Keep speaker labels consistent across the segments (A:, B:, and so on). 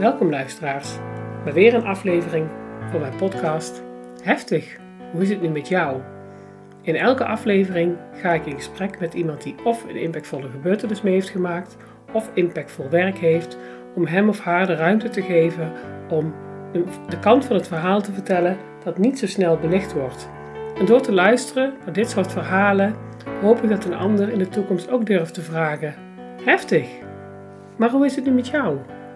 A: Welkom luisteraars, bij weer een aflevering van mijn podcast Heftig, hoe is het nu met jou? In elke aflevering ga ik in gesprek met iemand die of een impactvolle gebeurtenis mee heeft gemaakt of impactvol werk heeft, om hem of haar de ruimte te geven om de kant van het verhaal te vertellen dat niet zo snel belicht wordt. En door te luisteren naar dit soort verhalen hoop ik dat een ander in de toekomst ook durft te vragen: heftig, maar hoe is het nu met jou?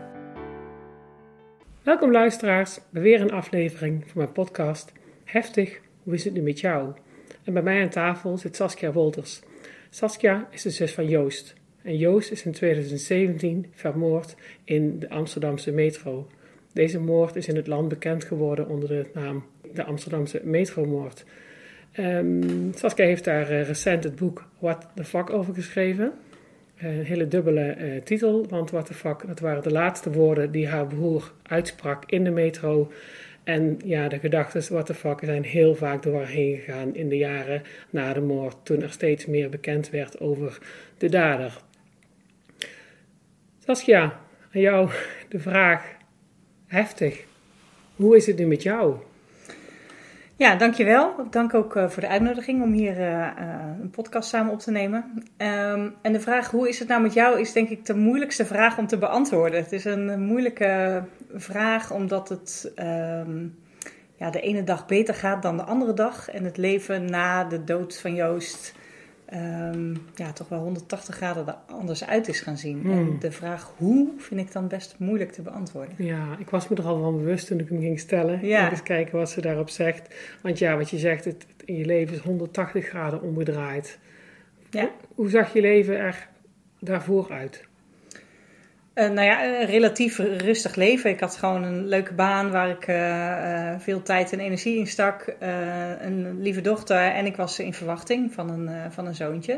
A: Welkom luisteraars bij weer een aflevering van mijn podcast Heftig, hoe is het nu met jou? En bij mij aan tafel zit Saskia Wolters. Saskia is de zus van Joost. En Joost is in 2017 vermoord in de Amsterdamse metro. Deze moord is in het land bekend geworden onder de naam de Amsterdamse metromoord. Saskia heeft daar recent het boek What the Fuck over geschreven. Een hele dubbele titel, want what the fuck, dat waren de laatste woorden die haar broer uitsprak in de metro. En ja, de gedachten what the fuck zijn heel vaak door haar heen gegaan in de jaren na de moord, toen er steeds meer bekend werd over de dader. Saskia, aan jou de vraag, heftig, hoe is het nu met jou?
B: Ja, dankjewel. Dank ook voor de uitnodiging om hier een podcast samen op te nemen. En de vraag, hoe is het nou met jou, is denk ik de moeilijkste vraag om te beantwoorden. Het is een moeilijke vraag omdat het de ene dag beter gaat dan de andere dag. En het leven na de dood van Joost toch wel 180 graden er anders uit is gaan zien. En de vraag hoe vind ik dan best moeilijk te beantwoorden.
A: Ja, ik was me er al van bewust toen ik hem ging stellen.
B: Ja.
A: Eens kijken wat ze daarop zegt. Want ja, wat je zegt, het in je leven is 180 graden omgedraaid.
B: Ja.
A: Hoe zag je leven er daarvoor uit?
B: Een relatief rustig leven. Ik had gewoon een leuke baan waar ik veel tijd en energie in stak. Een lieve dochter en ik was in verwachting van een zoontje.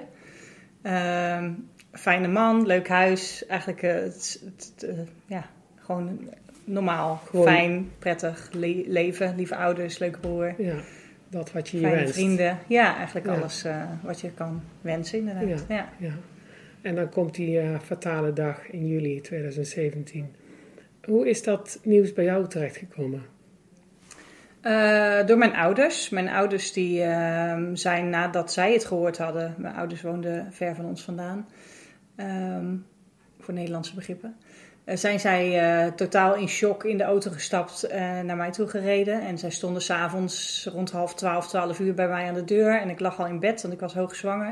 B: Fijne man, leuk huis. Eigenlijk gewoon normaal. Gewoon fijn, prettig leven. Lieve ouders, leuke broer.
A: Ja, dat wat je
B: fijne
A: wenst.
B: Vrienden. Ja, eigenlijk alles wat je kan wensen inderdaad.
A: Ja. En dan komt die fatale dag in juli 2017. Hoe is dat nieuws bij jou terechtgekomen?
B: Door mijn ouders. Mijn ouders die zijn nadat zij het gehoord hadden. Mijn ouders woonden ver van ons vandaan. Voor Nederlandse begrippen. Zijn zij totaal in shock in de auto gestapt naar mij toe gereden. En zij stonden 's avonds rond 11:30, 12 uur bij mij aan de deur. En ik lag al in bed, want ik was hoogzwanger.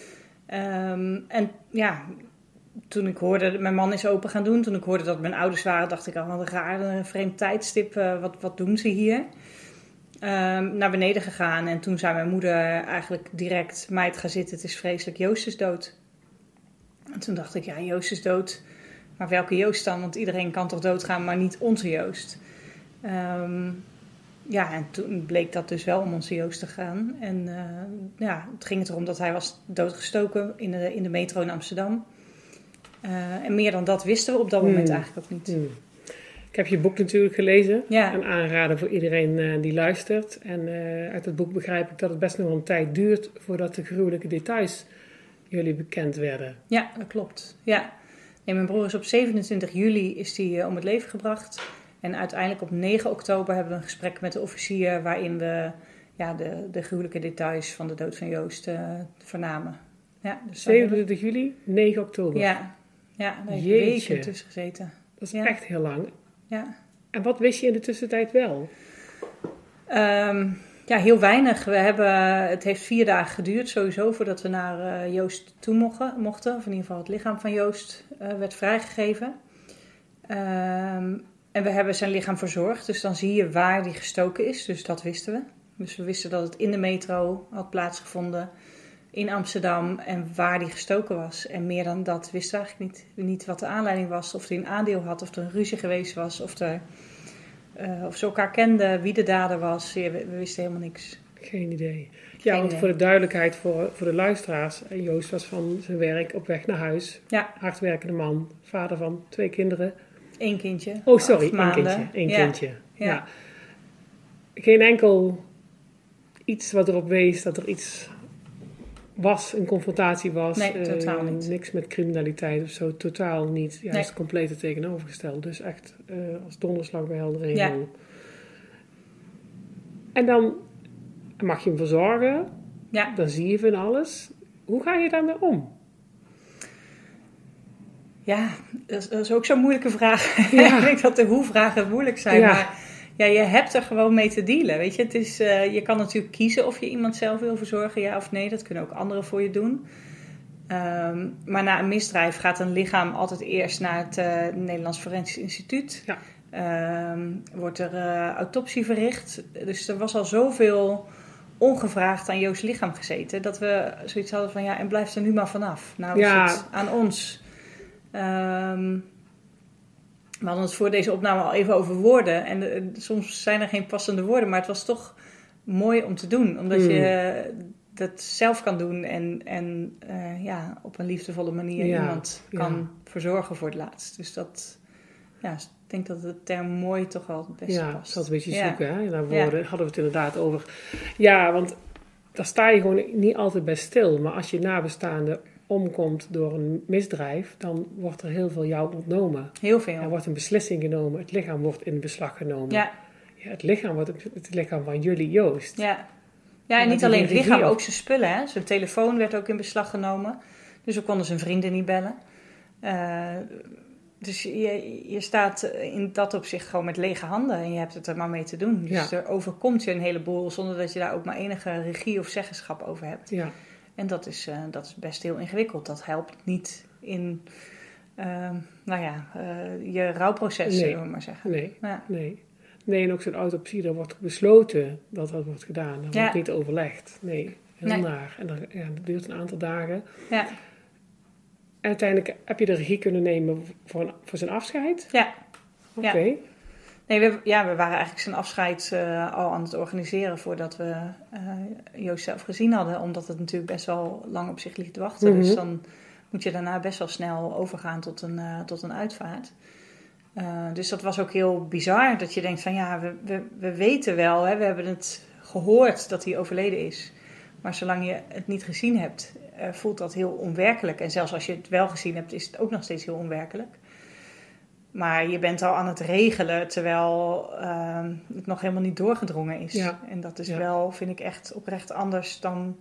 B: Toen ik hoorde, mijn man is open gaan doen. Toen ik hoorde dat mijn ouders waren, dacht ik al, wat een raar, vreemd tijdstip. Wat doen ze hier? Naar beneden gegaan. En toen zei mijn moeder eigenlijk direct, meid, ga zitten, het is vreselijk, Joost is dood. En toen dacht ik, ja, Joost is dood. Maar welke Joost dan? Want iedereen kan toch doodgaan, maar niet onze Joost. En toen bleek dat dus wel om onze Joost te gaan. En het ging erom dat hij was doodgestoken in de metro in Amsterdam. En meer dan dat wisten we op dat moment eigenlijk ook niet.
A: Ik heb je boek natuurlijk gelezen.
B: Ja.
A: En aanraden voor iedereen die luistert. En uit het boek begrijp ik dat het best nog wel een tijd duurt voordat de gruwelijke details jullie bekend werden.
B: Ja, dat klopt. Ja. Nee, mijn broer is op 27 juli is die om het leven gebracht. En uiteindelijk op 9 oktober hebben we een gesprek met de officier waarin we de gruwelijke details van de dood van Joost vernamen. Ja, dus
A: 27 juli, 9 oktober.
B: Ja, daar heb ik weken tussen gezeten.
A: Dat is echt heel lang.
B: Ja.
A: En wat wist je in de tussentijd wel?
B: Heel weinig. Het heeft 4 dagen geduurd sowieso voordat we naar Joost toe mochten. Of in ieder geval het lichaam van Joost werd vrijgegeven. En we hebben zijn lichaam verzorgd. Dus dan zie je waar die gestoken is. Dus dat wisten we. Dus we wisten dat het in de metro had plaatsgevonden. In Amsterdam. En waar die gestoken was. En meer dan dat wisten we eigenlijk niet. Niet wat de aanleiding was. Of hij een aandeel had. Of er een ruzie geweest was. Of ze elkaar kenden. Wie de dader was. We wisten helemaal niks.
A: Geen idee. Ja, want voor de duidelijkheid voor de luisteraars. Joost was van zijn werk op weg naar huis.
B: Ja.
A: Hardwerkende man. Vader van 2 kinderen.
B: 1 kindje.
A: Oh, sorry. 1 kindje. Ja. Geen enkel iets wat erop wees dat er iets een confrontatie was.
B: Nee, totaal niet.
A: Niks met criminaliteit of zo, totaal niet. Ja, het is compleet het tegenovergestelde. Dus echt als donderslag bij heldere hemel. Ja. En dan mag je hem verzorgen. Ja. Dan zie je van alles. Hoe ga je daarmee om?
B: Ja, dat is ook zo'n moeilijke vraag. Ja. Ik denk dat de hoe-vragen moeilijk zijn. Ja. Maar ja, je hebt er gewoon mee te dealen. Weet je? Het is, je kan natuurlijk kiezen of je iemand zelf wil verzorgen, ja of nee. Dat kunnen ook anderen voor je doen. Maar na een misdrijf gaat een lichaam altijd eerst naar het Nederlands Forensisch Instituut. Ja. Wordt er autopsie verricht. Dus er was al zoveel ongevraagd aan Joost's lichaam gezeten, dat we zoiets hadden van ja, en blijf er nu maar vanaf. Nou is het aan ons. We hadden het voor deze opname al even over woorden. En soms zijn er geen passende woorden, maar het was toch mooi om te doen. Omdat je dat zelf kan doen en op een liefdevolle manier iemand kan verzorgen voor het laatst. Dus dat, ik denk dat de term mooi toch wel het beste past.
A: Ja, dat een beetje zoeken, hè? Naar woorden hadden we het inderdaad over. Ja, want daar sta je gewoon niet altijd bij stil. Maar als je nabestaande omkomt door een misdrijf, dan wordt er heel veel jou ontnomen.
B: Heel veel.
A: Er wordt een beslissing genomen. Het lichaam wordt in beslag genomen. Ja, het lichaam wordt het lichaam van jullie, Joost.
B: Ja, en niet alleen het lichaam, ook zijn spullen. Hè? Zijn telefoon werd ook in beslag genomen. Dus we konden zijn vrienden niet bellen. Dus je staat in dat opzicht gewoon met lege handen en je hebt het er maar mee te doen. Dus er overkomt je een heleboel zonder dat je daar ook maar enige regie of zeggenschap over hebt. Ja. En dat is best heel ingewikkeld. Dat helpt niet in je rouwproces, zullen we maar zeggen.
A: Nee, en ook zo'n autopsie, daar wordt besloten dat wordt gedaan. Dat wordt niet overlegd. Nee, heel naar. En dat duurt een aantal dagen. Ja. En uiteindelijk heb je de regie kunnen nemen voor zijn afscheid?
B: Ja.
A: Oké.
B: Ja. Nee, we waren eigenlijk zijn afscheid al aan het organiseren voordat we Joost zelf gezien hadden. Omdat het natuurlijk best wel lang op zich ligt te wachten. Mm-hmm. Dus dan moet je daarna best wel snel overgaan tot een uitvaart. Dus dat was ook heel bizar. Dat je denkt van we weten wel, hè, we hebben het gehoord dat hij overleden is. Maar zolang je het niet gezien hebt, voelt dat heel onwerkelijk. En zelfs als je het wel gezien hebt, is het ook nog steeds heel onwerkelijk. Maar je bent al aan het regelen, terwijl het nog helemaal niet doorgedrongen is. Ja. En dat is wel, vind ik, echt oprecht anders dan...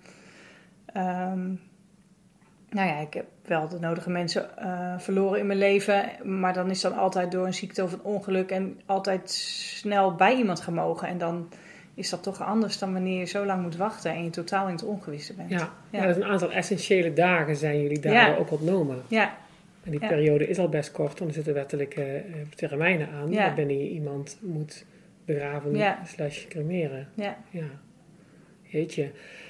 B: ik heb wel de nodige mensen verloren in mijn leven. Maar dan is dan altijd door een ziekte of een ongeluk en altijd snel bij iemand gemogen. En dan is dat toch anders dan wanneer je zo lang moet wachten en je totaal in het ongewisse bent.
A: Ja, dus een aantal essentiële dagen zijn jullie daar ook ontnomen. Ja. En die periode is al best kort, want er zitten wettelijke termijnen aan. Ja. Waarbinnen je iemand moet begraven / cremeren. Ja. Jeetje.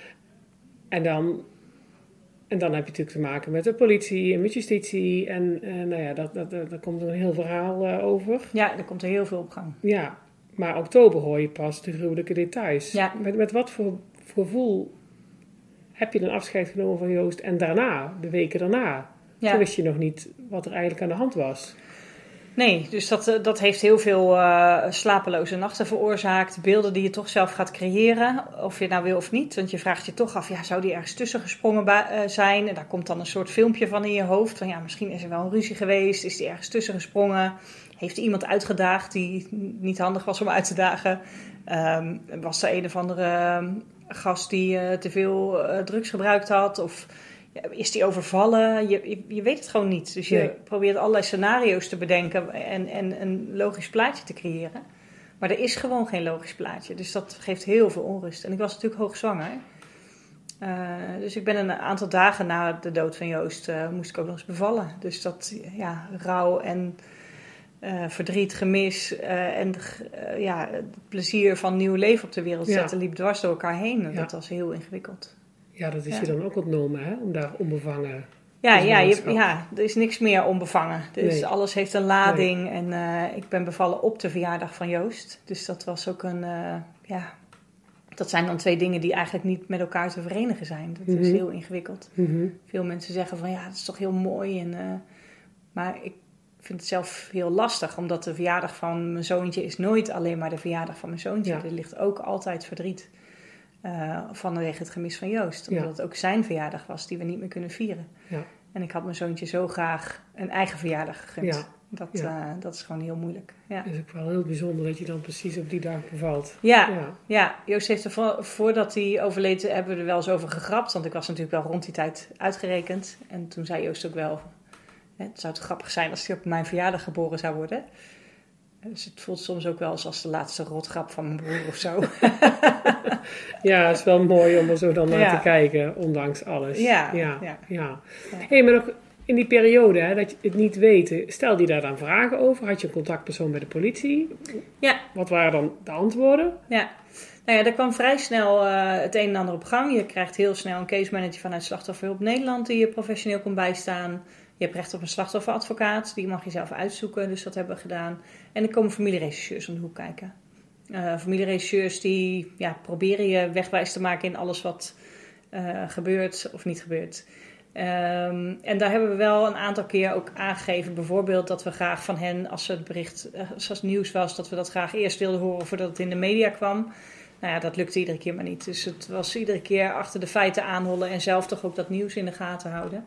A: En dan heb je natuurlijk te maken met de politie en met justitie. En daar komt er een heel verhaal over.
B: Ja, er komt er heel veel op gang.
A: Ja, maar oktober hoor je pas de gruwelijke details. Ja. Met wat voor gevoel heb je dan afscheid genomen van Joost en daarna, de weken daarna? Ja. Toen wist je nog niet wat er eigenlijk aan de hand was.
B: Nee, dus dat heeft heel veel slapeloze nachten veroorzaakt. Beelden die je toch zelf gaat creëren, of je het nou wil of niet. Want je vraagt je toch af, zou die ergens tussen gesprongen zijn? En daar komt dan een soort filmpje van in je hoofd. Van misschien is er wel een ruzie geweest. Is die ergens tussen gesprongen? Heeft er iemand uitgedaagd die niet handig was om uit te dagen? Was er een of andere gast die te veel drugs gebruikt had? Of... is die overvallen? Je weet het gewoon niet. Dus je probeert allerlei scenario's te bedenken en een logisch plaatje te creëren. Maar er is gewoon geen logisch plaatje. Dus dat geeft heel veel onrust. En ik was natuurlijk hoogzwanger. Dus ik ben een aantal dagen na de dood van Joost moest ik ook nog eens bevallen. Dus dat, rouw en verdriet, gemis en het plezier van nieuw leven op de wereld zetten liep dwars door elkaar heen. En dat was heel ingewikkeld.
A: Ja, dat is je dan ook ontnomen, hè? Om daar onbevangen...
B: er is niks meer onbevangen. Dus alles heeft een lading. Nee. En ik ben bevallen op de verjaardag van Joost. Dus dat was ook een... dat zijn dan twee dingen die eigenlijk niet met elkaar te verenigen zijn. Dat is heel ingewikkeld. Mm-hmm. Veel mensen zeggen van, dat is toch heel mooi. Maar ik vind het zelf heel lastig. Omdat de verjaardag van mijn zoontje is nooit alleen maar de verjaardag van mijn zoontje. Ja. Er ligt ook altijd verdriet. Vanwege het gemis van Joost. Omdat het ook zijn verjaardag was die we niet meer kunnen vieren. Ja. En ik had mijn zoontje zo graag een eigen verjaardag gegund. Ja. Dat is gewoon heel moeilijk. Ja.
A: Het is ook wel heel bijzonder dat je dan precies op die dag bevalt.
B: Ja. Joost heeft voordat hij overleed, hebben we er wel eens over gegrapt. Want ik was natuurlijk wel rond die tijd uitgerekend. En toen zei Joost ook wel, het zou te grappig zijn als hij op mijn verjaardag geboren zou worden. Dus het voelt soms ook wel als de laatste rotgrap van mijn broer of zo.
A: Ja, het is wel mooi om er zo dan naar te kijken, ondanks alles. Ja. Hey, maar nog in die periode dat je het niet weet, stelde je daar dan vragen over? Had je een contactpersoon bij de politie?
B: Ja.
A: Wat waren dan de antwoorden?
B: Ja. Nou ja, er kwam vrij snel het een en ander op gang. Je krijgt heel snel een case manager vanuit Slachtofferhulp Nederland die je professioneel kon bijstaan. Je hebt recht op een slachtofferadvocaat, die mag je zelf uitzoeken, dus dat hebben we gedaan. En er komen familierechercheurs om de hoek kijken. Familierechercheurs die proberen je wegwijs te maken in alles wat gebeurt of niet gebeurt. En daar hebben we wel een aantal keer ook aangegeven. Bijvoorbeeld dat we graag van hen, als het bericht als het nieuws was, dat we dat graag eerst wilden horen voordat het in de media kwam. Nou ja, dat lukte iedere keer maar niet. Dus het was iedere keer achter de feiten aanhollen en zelf toch ook dat nieuws in de gaten houden.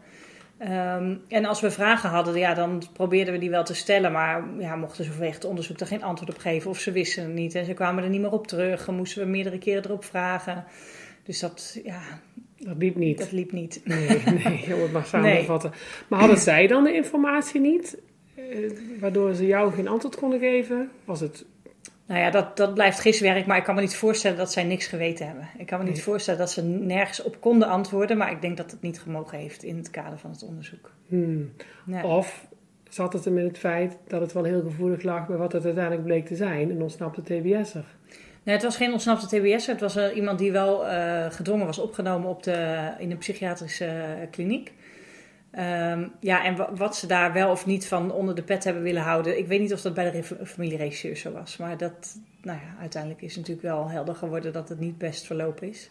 B: En als we vragen hadden, dan probeerden we die wel te stellen. Maar mochten ze vanwege het onderzoek er geen antwoord op geven of ze wisten het niet. En ze kwamen er niet meer op terug. En moesten we meerdere keren erop vragen. Dus dat
A: liep niet.
B: Dat liep niet.
A: Nee, om het maar samenvatten. Nee. Maar hadden zij dan de informatie niet? Waardoor ze jou geen antwoord konden geven? Was het...
B: Nou ja, dat blijft giswerk, maar ik kan me niet voorstellen dat zij niks geweten hebben. Ik kan me niet voorstellen dat ze nergens op konden antwoorden, maar ik denk dat het niet gemogen heeft in het kader van het onderzoek.
A: Ja. Of zat het hem in het feit dat het wel heel gevoelig lag bij wat het uiteindelijk bleek te zijn, een ontsnapte TBS'er?
B: Nee, het was geen ontsnapte TBS'er. Het was iemand die wel gedwongen was opgenomen in een psychiatrische kliniek. En wat ze daar wel of niet van onder de pet hebben willen houden. Ik weet niet of dat bij de familieregisseur zo was. Maar dat, uiteindelijk is natuurlijk wel helder geworden dat het niet best verlopen is.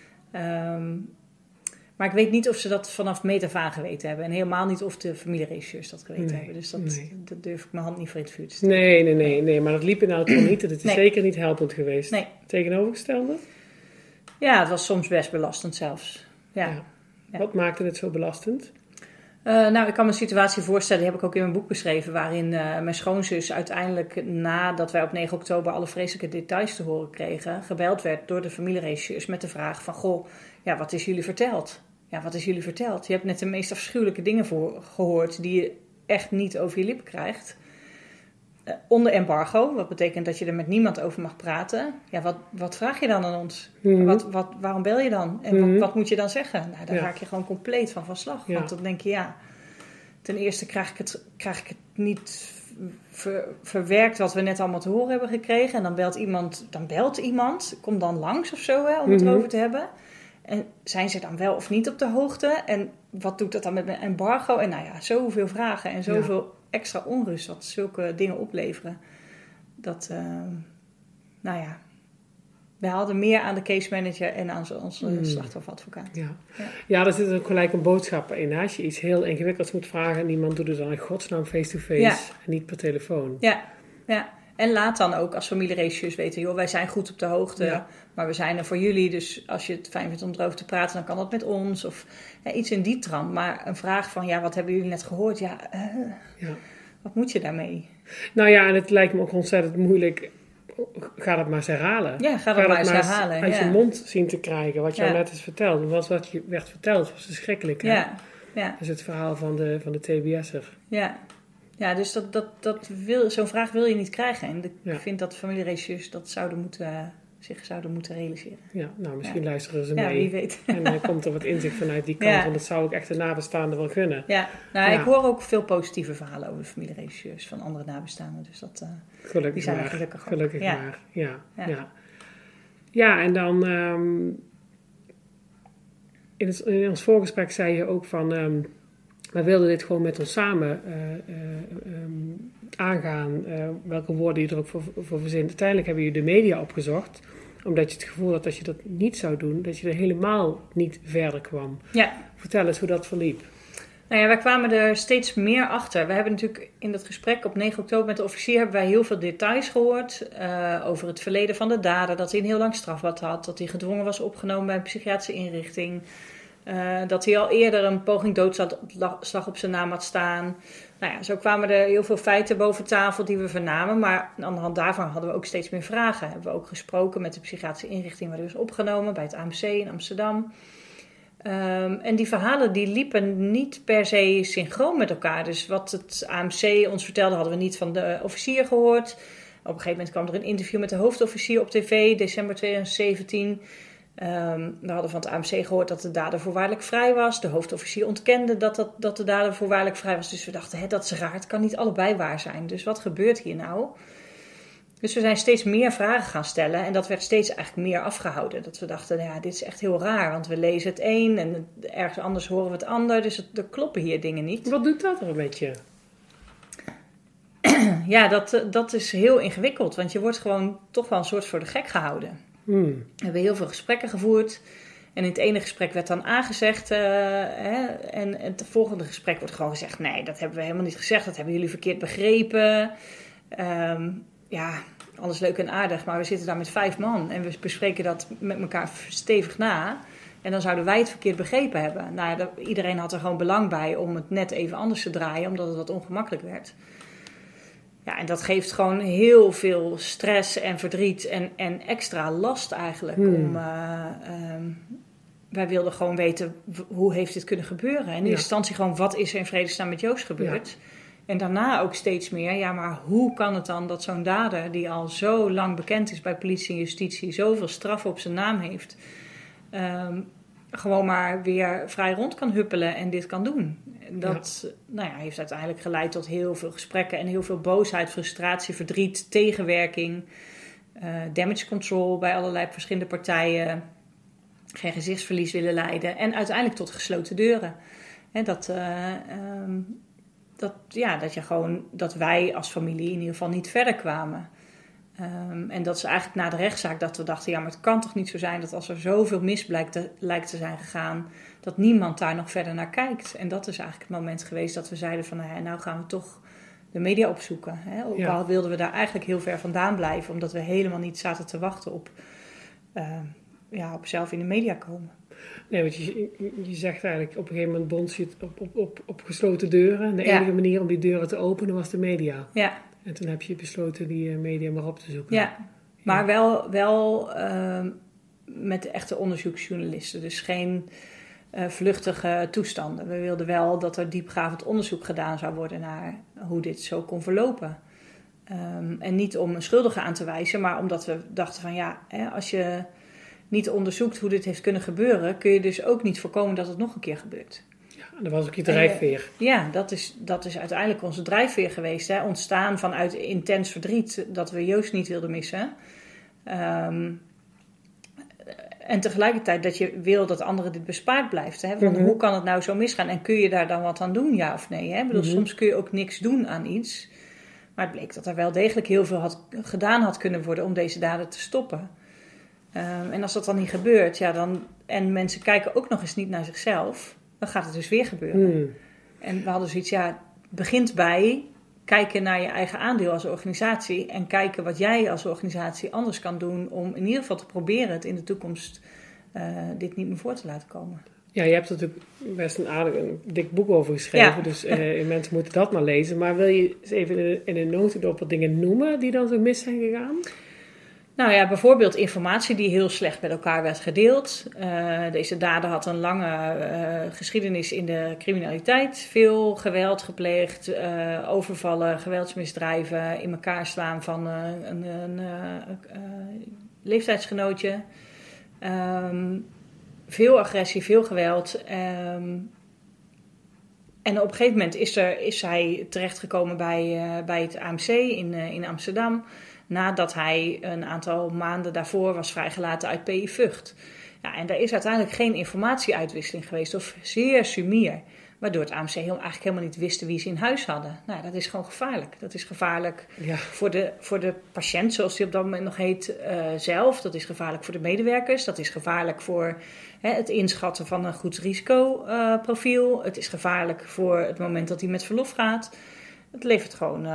B: Maar ik weet niet of ze dat vanaf meet af aan geweten hebben. En helemaal niet of de familieregisseurs dat geweten hebben. Dus dat durf ik mijn hand niet voor in het vuur te steken.
A: Nee. Maar dat liep in elk geval niet. Het is zeker niet helpend geweest.
B: Nee.
A: Tegenovergestelde?
B: Ja, het was soms best belastend zelfs. Ja.
A: Wat maakte het zo belastend?
B: Ik kan me een situatie voorstellen, die heb ik ook in mijn boek beschreven, waarin mijn schoonzus uiteindelijk, nadat wij op 9 oktober alle vreselijke details te horen kregen, gebeld werd door de familieregisseurs met de vraag van, goh, wat is jullie verteld? Ja, wat is jullie verteld? Je hebt net de meest afschuwelijke dingen gehoord die je echt niet over je lippen krijgt. Onder embargo, wat betekent dat je er met niemand over mag praten. Ja, wat vraag je dan aan ons? Waarom bel je dan? En wat moet je dan zeggen? Nou, dan raak je gewoon compleet van slag. Want dan denk je, ten eerste krijg ik het niet verwerkt wat we net allemaal te horen hebben gekregen. En dan belt iemand, kom dan langs of zo, om het erover te hebben. En zijn ze dan wel of niet op de hoogte? En wat doet dat dan met mijn embargo? En zoveel vragen en zoveel extra onrust wat zulke dingen opleveren. Dat, wij hadden meer aan de case manager en aan onze slachtofferadvocaat.
A: Ja, daar zit ook gelijk een boodschap in. Als je iets heel ingewikkelds moet vragen en iemand doet het dan in godsnaam face-to-face en niet per telefoon.
B: Ja. En laat dan ook als familieregisseurs weten, joh, wij zijn goed op de hoogte, maar we zijn er voor jullie. Dus als je het fijn vindt om erover te praten, dan kan dat met ons. Of iets in die trant. Maar een vraag van, wat hebben jullie net gehoord? Wat moet je daarmee?
A: Nou ja, en het lijkt me ook ontzettend moeilijk. Ga dat maar eens herhalen.
B: Ja, ga dat maar eens herhalen.
A: Uit je mond zien te krijgen wat jou net is verteld. Want wat je werd verteld was verschrikkelijk. Hè?
B: Ja.
A: Dat is het verhaal van de TBS'er.
B: Ja, dus zo'n vraag wil je niet krijgen. En ik vind dat familieregisseurs dat zich zouden moeten realiseren.
A: Ja, nou misschien luisteren ze mee.
B: Ja, wie weet.
A: En dan komt er wat inzicht vanuit die kant. Want dat zou ik echt de nabestaanden wel gunnen.
B: Ik hoor ook veel positieve verhalen over de familieregisseurs van andere nabestaanden. Dus dat, die zijn er gelukkig
A: maar. Ja, en dan in ons voorgesprek zei je ook van, wij wilden dit gewoon met ons samen aangaan. Welke woorden je er ook voor verzint. Uiteindelijk hebben jullie de media opgezocht, omdat je het gevoel had dat als je dat niet zou doen, dat je er helemaal niet verder kwam.
B: Ja.
A: Vertel eens hoe dat verliep.
B: Nou ja, wij kwamen er steeds meer achter. We hebben natuurlijk in dat gesprek op 9 oktober met de officier hebben wij heel veel details gehoord over het verleden van de dader. Dat hij een heel lang strafbad had, dat hij gedwongen was opgenomen bij een psychiatrische inrichting. Dat hij al eerder een poging doodslag op zijn naam had staan. Nou ja, zo kwamen er heel veel feiten boven tafel die we vernamen. Maar aan de hand daarvan hadden we ook steeds meer vragen. Hebben we ook gesproken met de psychiatrische inrichting waar hij was opgenomen, bij het AMC in Amsterdam. En die verhalen die liepen niet per se synchroon met elkaar. Dus wat het AMC ons vertelde hadden we niet van de officier gehoord. Op een gegeven moment kwam er een interview met de hoofdofficier op tv, december 2017. We hadden van het AMC gehoord dat de dader voorwaardelijk vrij was. De hoofdofficier ontkende dat de dader voorwaardelijk vrij was. Dus we dachten, dat is raar, het kan niet allebei waar zijn. Dus wat gebeurt hier nou? Dus we zijn steeds meer vragen gaan stellen en dat werd steeds eigenlijk meer afgehouden. Dat we dachten, dit is echt heel raar, want we lezen het een en ergens anders horen we het ander. Dus er kloppen hier dingen niet.
A: Wat doet dat er een beetje?
B: Ja, dat is heel ingewikkeld, want je wordt gewoon toch wel een soort voor de gek gehouden. We hebben heel veel gesprekken gevoerd. En in het ene gesprek werd dan aangezegd. En het volgende gesprek wordt gewoon gezegd. Nee, dat hebben we helemaal niet gezegd. Dat hebben jullie verkeerd begrepen. Alles leuk en aardig. Maar we zitten daar met 5 man. En we bespreken dat met elkaar stevig na. En dan zouden wij het verkeerd begrepen hebben. Nou ja, iedereen had er gewoon belang bij om het net even anders te draaien. Omdat het wat ongemakkelijk werd. Ja, en dat geeft gewoon heel veel stress en verdriet en extra last eigenlijk. Wij wilden gewoon weten, hoe heeft dit kunnen gebeuren? En in eerste instantie gewoon, wat is er in vredesnaam met Joost gebeurd? Ja. En daarna ook steeds meer, maar hoe kan het dan dat zo'n dader, die al zo lang bekend is bij politie en justitie, zoveel straffen op zijn naam heeft, gewoon maar weer vrij rond kan huppelen en dit kan doen? Dat heeft uiteindelijk geleid tot heel veel gesprekken en heel veel boosheid, frustratie, verdriet, tegenwerking, damage control bij allerlei verschillende partijen, geen gezichtsverlies willen lijden en uiteindelijk tot gesloten deuren. Dat wij als familie in ieder geval niet verder kwamen. En dat is eigenlijk na de rechtszaak dat we dachten, maar het kan toch niet zo zijn dat als er zoveel mis lijkt te zijn gegaan, dat niemand daar nog verder naar kijkt. En dat is eigenlijk het moment geweest dat we zeiden van, nou gaan we toch de media opzoeken. Ook al wilden we daar eigenlijk heel ver vandaan blijven, omdat we helemaal niet zaten te wachten op zelf in de media komen.
A: Nee, want je zegt eigenlijk op een gegeven moment bond je het op gesloten deuren. En de enige manier om die deuren te openen was de media. Ja. En toen heb je besloten die media maar op te zoeken.
B: Ja, maar wel met de echte onderzoeksjournalisten. Dus geen vluchtige toestanden. We wilden wel dat er diepgravend onderzoek gedaan zou worden naar hoe dit zo kon verlopen. En niet om een schuldige aan te wijzen, maar omdat we dachten van als je niet onderzoekt hoe dit heeft kunnen gebeuren, kun je dus ook niet voorkomen dat het nog een keer gebeurt.
A: Ja, dat was ook je drijfveer.
B: Dat is uiteindelijk onze drijfveer geweest. Ontstaan vanuit intens verdriet dat we Joost niet wilden missen. En tegelijkertijd dat je wil dat anderen dit bespaard blijft. Hoe kan het nou zo misgaan? En kun je daar dan wat aan doen, ja of nee? Soms kun je ook niks doen aan iets. Maar het bleek dat er wel degelijk heel veel gedaan had kunnen worden om deze daden te stoppen. En als dat dan niet gebeurt, en mensen kijken ook nog eens niet naar zichzelf, dan gaat het dus weer gebeuren. En we hadden zoiets, begint bij kijken naar je eigen aandeel als organisatie en kijken wat jij als organisatie anders kan doen om in ieder geval te proberen het in de toekomst dit niet meer voor te laten komen.
A: Ja, je hebt er natuurlijk best een dik boek over geschreven, dus mensen moeten dat maar lezen. Maar wil je eens even in een notendop wat dingen noemen die dan zo mis zijn gegaan?
B: Nou ja, bijvoorbeeld informatie die heel slecht met elkaar werd gedeeld. Deze dader had een lange geschiedenis in de criminaliteit. Veel geweld gepleegd, overvallen, geweldsmisdrijven, in elkaar slaan van een leeftijdsgenootje. Veel agressie, veel geweld. En op een gegeven moment is hij terechtgekomen bij het AMC in Amsterdam, nadat hij een aantal maanden daarvoor was vrijgelaten uit PI Vught. Ja, en daar is uiteindelijk geen informatieuitwisseling geweest, of zeer sumier. Waardoor het AMC eigenlijk helemaal niet wisten wie ze in huis hadden. Nou, dat is gewoon gevaarlijk. Dat is gevaarlijk voor de patiënt, zoals die op dat moment nog heet, zelf. Dat is gevaarlijk voor de medewerkers. Dat is gevaarlijk voor het inschatten van een goed risicoprofiel. Het is gevaarlijk voor het moment dat hij met verlof gaat. Het levert gewoon...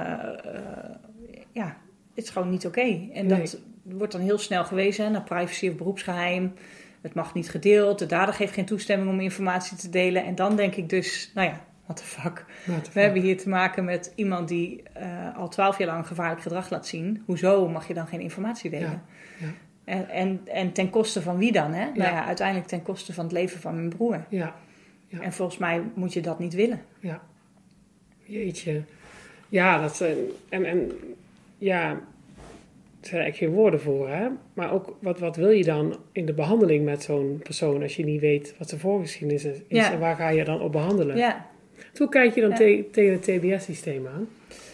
B: het is gewoon niet oké. En dat wordt dan heel snel gewezen naar privacy of beroepsgeheim. Het mag niet gedeeld. De dader geeft geen toestemming om informatie te delen. En dan denk ik dus, what the fuck. We hebben hier te maken met iemand die al 12 jaar lang gevaarlijk gedrag laat zien. Hoezo mag je dan geen informatie delen? Ja. En ten koste van wie dan? Hè? Ja. Nou ja, uiteindelijk ten koste van het leven van mijn broer. Ja. Ja. En volgens mij moet je dat niet willen.
A: Ja. Jeetje. Ja, dat... er zijn eigenlijk geen woorden voor, hè? Maar ook, wat wil je dan in de behandeling met zo'n persoon als je niet weet wat zijn voorgeschiedenis is en waar ga je dan op behandelen? Ja. Hoe kijk je dan tegen het TBS-systeem aan?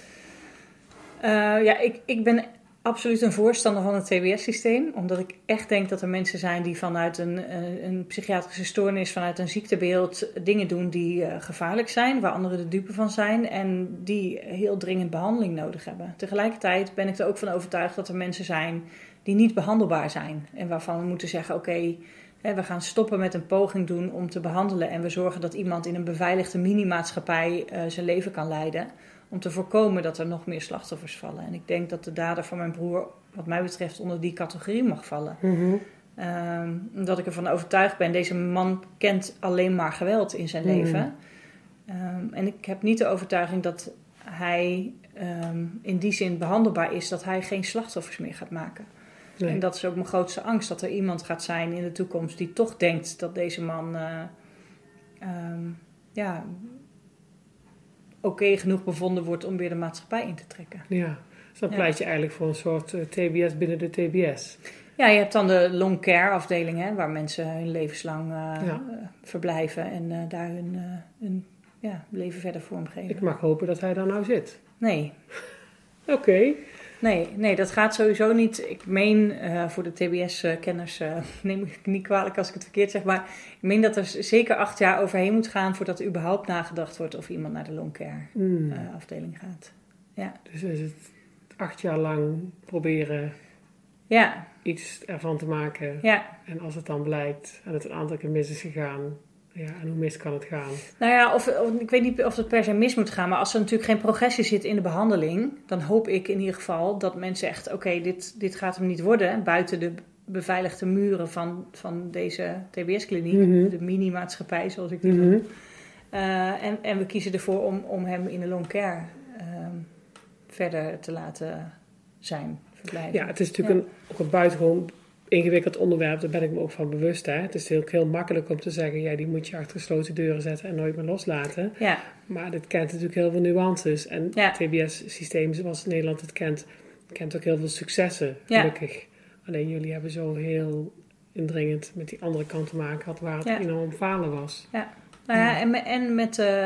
B: Ik ben absoluut een voorstander van het TBS-systeem, omdat ik echt denk dat er mensen zijn die vanuit een psychiatrische stoornis, vanuit een ziektebeeld, dingen doen die gevaarlijk zijn, waar anderen de dupe van zijn en die heel dringend behandeling nodig hebben. Tegelijkertijd ben ik er ook van overtuigd dat er mensen zijn die niet behandelbaar zijn en waarvan we moeten zeggen, oké, we gaan stoppen met een poging doen om te behandelen en we zorgen dat iemand in een beveiligde minimaatschappij zijn leven kan leiden. Om te voorkomen dat er nog meer slachtoffers vallen. En ik denk dat de dader van mijn broer, wat mij betreft, onder die categorie mag vallen. Mm-hmm. Omdat ik ervan overtuigd ben, deze man kent alleen maar geweld in zijn leven. En ik heb niet de overtuiging dat hij in die zin behandelbaar is, dat hij geen slachtoffers meer gaat maken. Nee. En dat is ook mijn grootste angst, dat er iemand gaat zijn in de toekomst die toch denkt dat deze man... oké genoeg bevonden wordt om weer de maatschappij in te trekken.
A: Ja, dus dan pleit je eigenlijk voor een soort TBS binnen de TBS.
B: Ja, je hebt dan de long care afdeling, hè, waar mensen hun levenslang verblijven en daar hun leven verder vormgeven.
A: Ik mag hopen dat hij daar nou zit.
B: Nee.
A: Oké.
B: Nee, dat gaat sowieso niet. Ik meen, voor de TBS-kenners neem ik niet kwalijk als ik het verkeerd zeg, maar ik meen dat er zeker 8 jaar overheen moet gaan voordat er überhaupt nagedacht wordt of iemand naar de long care afdeling gaat. Ja.
A: Dus is het 8 jaar lang proberen iets ervan te maken. Ja. En als het dan blijkt en het een aantal keer mis is gegaan, en hoe mis kan het gaan?
B: Nou ja, of ik weet niet of het per se mis moet gaan, maar als er natuurlijk geen progressie zit in de behandeling, dan hoop ik in ieder geval dat mensen echt, oké, dit gaat hem niet worden, buiten de beveiligde muren van deze TBS-kliniek, de mini-maatschappij zoals ik die noem. En we kiezen ervoor om hem in de long care verder te laten verblijven.
A: Ja, het is natuurlijk ook een buitengewoon ingewikkeld onderwerp, daar ben ik me ook van bewust. Hè? Het is heel makkelijk om te zeggen, die moet je achter gesloten deuren zetten en nooit meer loslaten. Ja. Maar dit kent natuurlijk heel veel nuances. En het TBS-systeem, zoals Nederland het kent ook heel veel successen, gelukkig. Ja. Alleen jullie hebben zo heel indringend met die andere kant te maken gehad, waar het enorm falen was. Ja,
B: en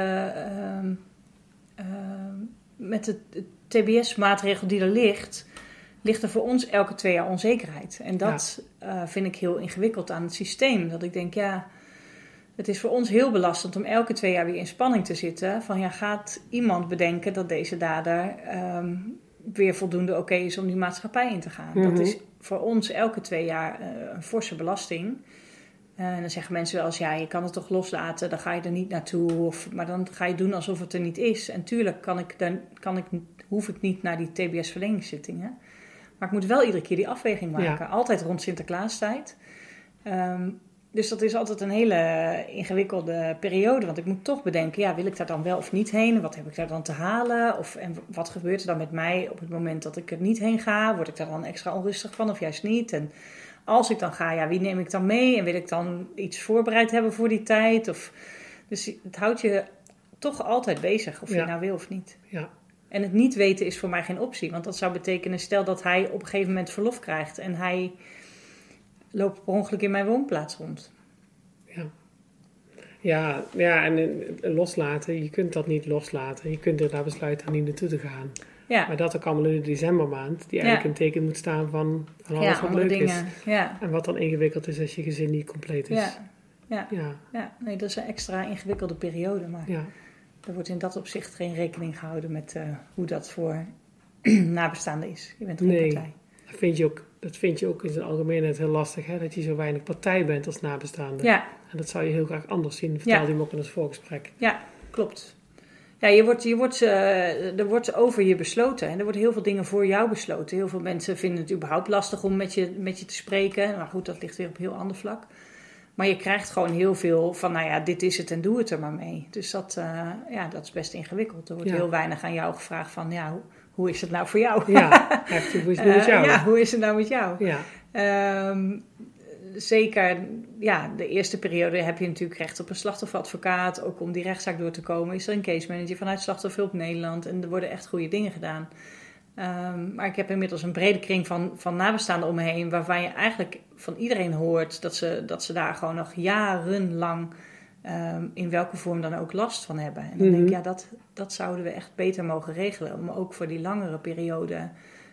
B: met de TBS-maatregel die er ligt er voor ons elke 2 jaar onzekerheid. En dat vind ik heel ingewikkeld aan het systeem. Dat ik denk, het is voor ons heel belastend om elke 2 jaar weer in spanning te zitten. Van gaat iemand bedenken dat deze dader weer voldoende oké is om die maatschappij in te gaan. Mm-hmm. Dat is voor ons elke 2 jaar een forse belasting. En dan zeggen mensen wel eens, je kan het toch loslaten, dan ga je er niet naartoe. Maar dan ga je doen alsof het er niet is. En tuurlijk hoef ik niet naar die TBS-verleningszittingen. Maar ik moet wel iedere keer die afweging maken. Ja. Altijd rond Sinterklaastijd. Dus dat is altijd een hele ingewikkelde periode. Want ik moet toch bedenken, wil ik daar dan wel of niet heen? Wat heb ik daar dan te halen? En wat gebeurt er dan met mij op het moment dat ik er niet heen ga? Word ik daar dan extra onrustig van of juist niet? En als ik dan ga, wie neem ik dan mee? En wil ik dan iets voorbereid hebben voor die tijd? Dus het houdt je toch altijd bezig, of je nou wil of niet. Ja. En het niet weten is voor mij geen optie. Want dat zou betekenen, stel dat hij op een gegeven moment verlof krijgt en hij loopt per ongeluk in mijn woonplaats rond.
A: Ja, en loslaten, je kunt dat niet loslaten. Je kunt er daar besluiten om niet naartoe te gaan. Ja. Maar dat ook allemaal in de decembermaand, die eigenlijk een teken moet staan van alles wat leuk dingen is. Ja. En wat dan ingewikkeld is als je gezin niet compleet is.
B: Ja. Nee, dat is een extra ingewikkelde periode. Maar er wordt in dat opzicht geen rekening gehouden met hoe dat voor nabestaanden is. Je bent geen partij.
A: Dat vind je ook in zijn algemeenheid heel lastig, hè? Dat je zo weinig partij bent als nabestaande.
B: Ja.
A: En dat zou je heel graag anders zien, vertelde je me ook in het voorgesprek.
B: Ja, klopt. Ja, er wordt over je besloten. En er worden heel veel dingen voor jou besloten. Heel veel mensen vinden het überhaupt lastig om met je te spreken. Maar goed, dat ligt weer op een heel ander vlak. Maar je krijgt gewoon heel veel van, dit is het en doe het er maar mee. Dus dat is best ingewikkeld. Er wordt heel weinig aan jou gevraagd van, hoe is het nou voor jou?
A: Ja, echt, hoe is het met jou?
B: Hoe is het nou met jou?
A: Ja.
B: Zeker, de eerste periode heb je natuurlijk recht op een slachtofferadvocaat. Ook om die rechtszaak door te komen is er een case manager vanuit Slachtofferhulp Nederland. En er worden echt goede dingen gedaan. Maar ik heb inmiddels een brede kring van nabestaanden om me heen. Waarvan je eigenlijk van iedereen hoort dat ze daar gewoon nog jarenlang in welke vorm dan ook last van hebben. En dan denk ik, dat zouden we echt beter mogen regelen. Om ook voor die langere periode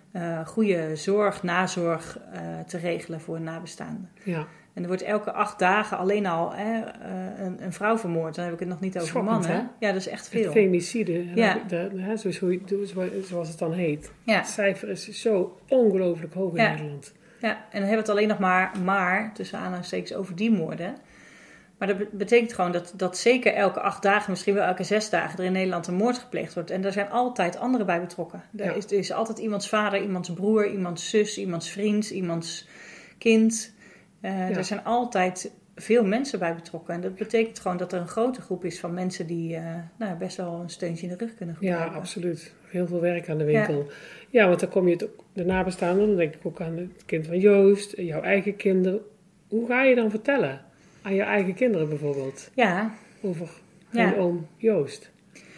B: goede zorg, nazorg te regelen voor nabestaanden.
A: Ja.
B: En er wordt elke 8 dagen alleen al een vrouw vermoord. Dan heb ik het nog niet over mannen. Hè? Ja, dat is echt veel.
A: Het femicide,
B: Ja.
A: zoals het dan heet.
B: Ja.
A: Het cijfer is zo ongelooflijk hoog in Nederland.
B: Ja, en dan hebben we het alleen nog maar tussen aanhalingstekens over die moorden. Maar dat betekent gewoon dat zeker elke 8 dagen, misschien wel elke 6 dagen, er in Nederland een moord gepleegd wordt. En daar zijn altijd anderen bij betrokken. Er is altijd iemands vader, iemands broer, iemands zus, iemands vriend, iemands kind. Er zijn altijd veel mensen bij betrokken. En dat betekent gewoon dat er een grote groep is van mensen die best wel een steuntje in de rug kunnen gebruiken.
A: Ja, absoluut. Heel veel werk aan de winkel. Ja, want dan kom je de nabestaanden, dan denk ik ook aan het kind van Joost, jouw eigen kinderen. Hoe ga je dan vertellen aan je eigen kinderen bijvoorbeeld?
B: Ja.
A: Over hun oom Joost.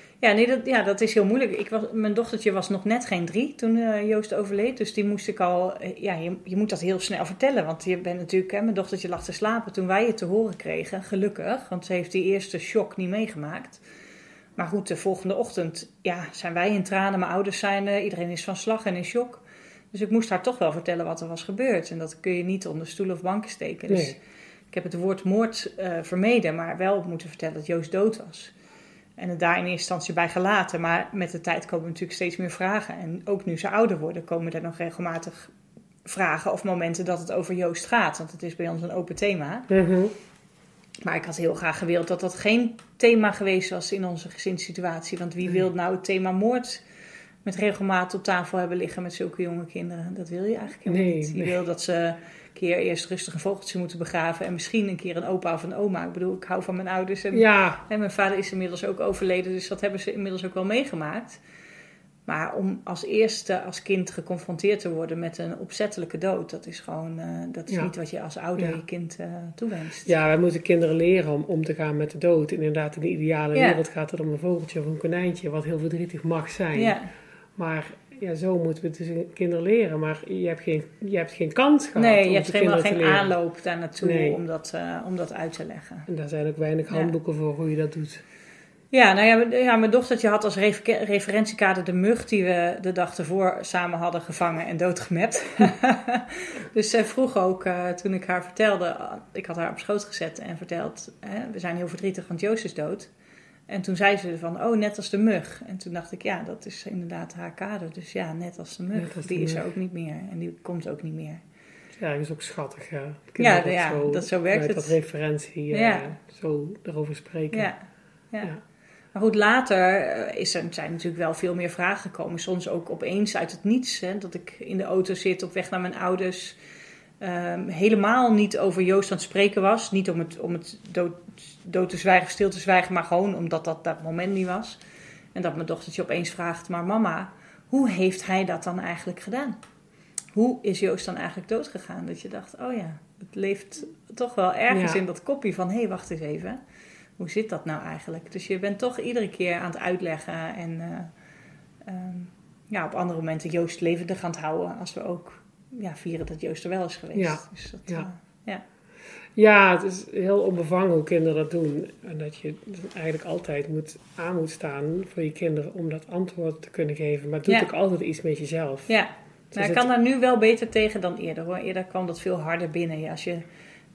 B: Ja, dat is heel moeilijk. Mijn dochtertje was nog net geen 3 toen Joost overleed. Dus die moest ik al... je moet dat heel snel vertellen. Want je bent natuurlijk... mijn dochtertje lag te slapen toen wij het te horen kregen. Gelukkig. Want ze heeft die eerste shock niet meegemaakt. Maar goed, de volgende ochtend zijn wij in tranen. Mijn ouders zijn... iedereen is van slag en in shock. Dus ik moest haar toch wel vertellen wat er was gebeurd. En dat kun je niet onder stoelen of banken steken. Dus ik heb het woord moord vermeden. Maar wel moeten vertellen dat Joost dood was. En het daar in eerste instantie bij gelaten. Maar met de tijd komen natuurlijk steeds meer vragen. En ook nu ze ouder worden, komen er nog regelmatig vragen of momenten dat het over Joost gaat. Want het is bij ons een open thema.
A: Mm-hmm.
B: Maar ik had heel graag gewild dat dat geen thema geweest was in onze gezinssituatie. Want wie wil nou het thema moord met regelmaat op tafel hebben liggen met zulke jonge kinderen? Dat wil je eigenlijk helemaal niet. Je wil dat ze een keer eerst rustig een vogeltje moeten begraven en misschien een keer een opa of een oma. Ik bedoel, ik hou van mijn ouders en mijn vader is inmiddels ook overleden, dus dat hebben ze inmiddels ook wel meegemaakt. Maar om als eerste als kind geconfronteerd te worden met een opzettelijke dood, dat is gewoon dat is niet wat je als ouder je kind toewenst. Ja,
A: wij moeten kinderen leren om te gaan met de dood. Inderdaad, in de ideale wereld gaat het om een vogeltje of een konijntje, wat heel verdrietig mag zijn.
B: Ja.
A: Maar zo moeten we het dus kinderen leren. Maar je hebt geen kans gehad.
B: Nee, je hebt helemaal geen aanloop daar naartoe om dat uit te leggen.
A: En daar zijn ook weinig handboeken voor hoe je dat doet.
B: Ja, mijn dochtertje had als referentiekader de mug die we de dag ervoor samen hadden gevangen en doodgemept. Dus zij vroeg ook, toen ik haar vertelde, ik had haar op schoot gezet en verteld, we zijn heel verdrietig, want Joost is dood. En toen zei ze van, net als de mug. En toen dacht ik, dat is inderdaad haar kader. Dus net als de mug, die is er ook niet meer en die komt ook niet meer.
A: Ja, dat is ook schattig,
B: zo werkt het.
A: Dat referentie zo erover spreken.
B: Ja. Maar goed, later zijn natuurlijk wel veel meer vragen gekomen. Soms ook opeens uit het niets. Hè, dat ik in de auto zit op weg naar mijn ouders. Helemaal niet over Joost aan het spreken was. Niet om het dood te zwijgen of stil te zwijgen. Maar gewoon omdat dat moment niet was. En dat mijn dochtertje opeens vraagt. Maar mama, hoe heeft hij dat dan eigenlijk gedaan? Hoe is Joost dan eigenlijk doodgegaan? Dat je dacht, het leeft toch wel ergens in dat kopje van... hé, wacht eens even... Hoe zit dat nou eigenlijk? Dus je bent toch iedere keer aan het uitleggen en op andere momenten Joost levendig aan het houden. Als we ook vieren dat Joost er wel is geweest.
A: Ja,
B: dus dat,
A: ja, het is heel onbevangen hoe kinderen dat doen. En dat je eigenlijk altijd aan moet staan voor je kinderen om dat antwoord te kunnen geven. Maar het doet ook altijd iets met jezelf.
B: Ja, ik kan daar nu wel beter tegen dan eerder hoor. Eerder kwam dat veel harder binnen. Ja, als je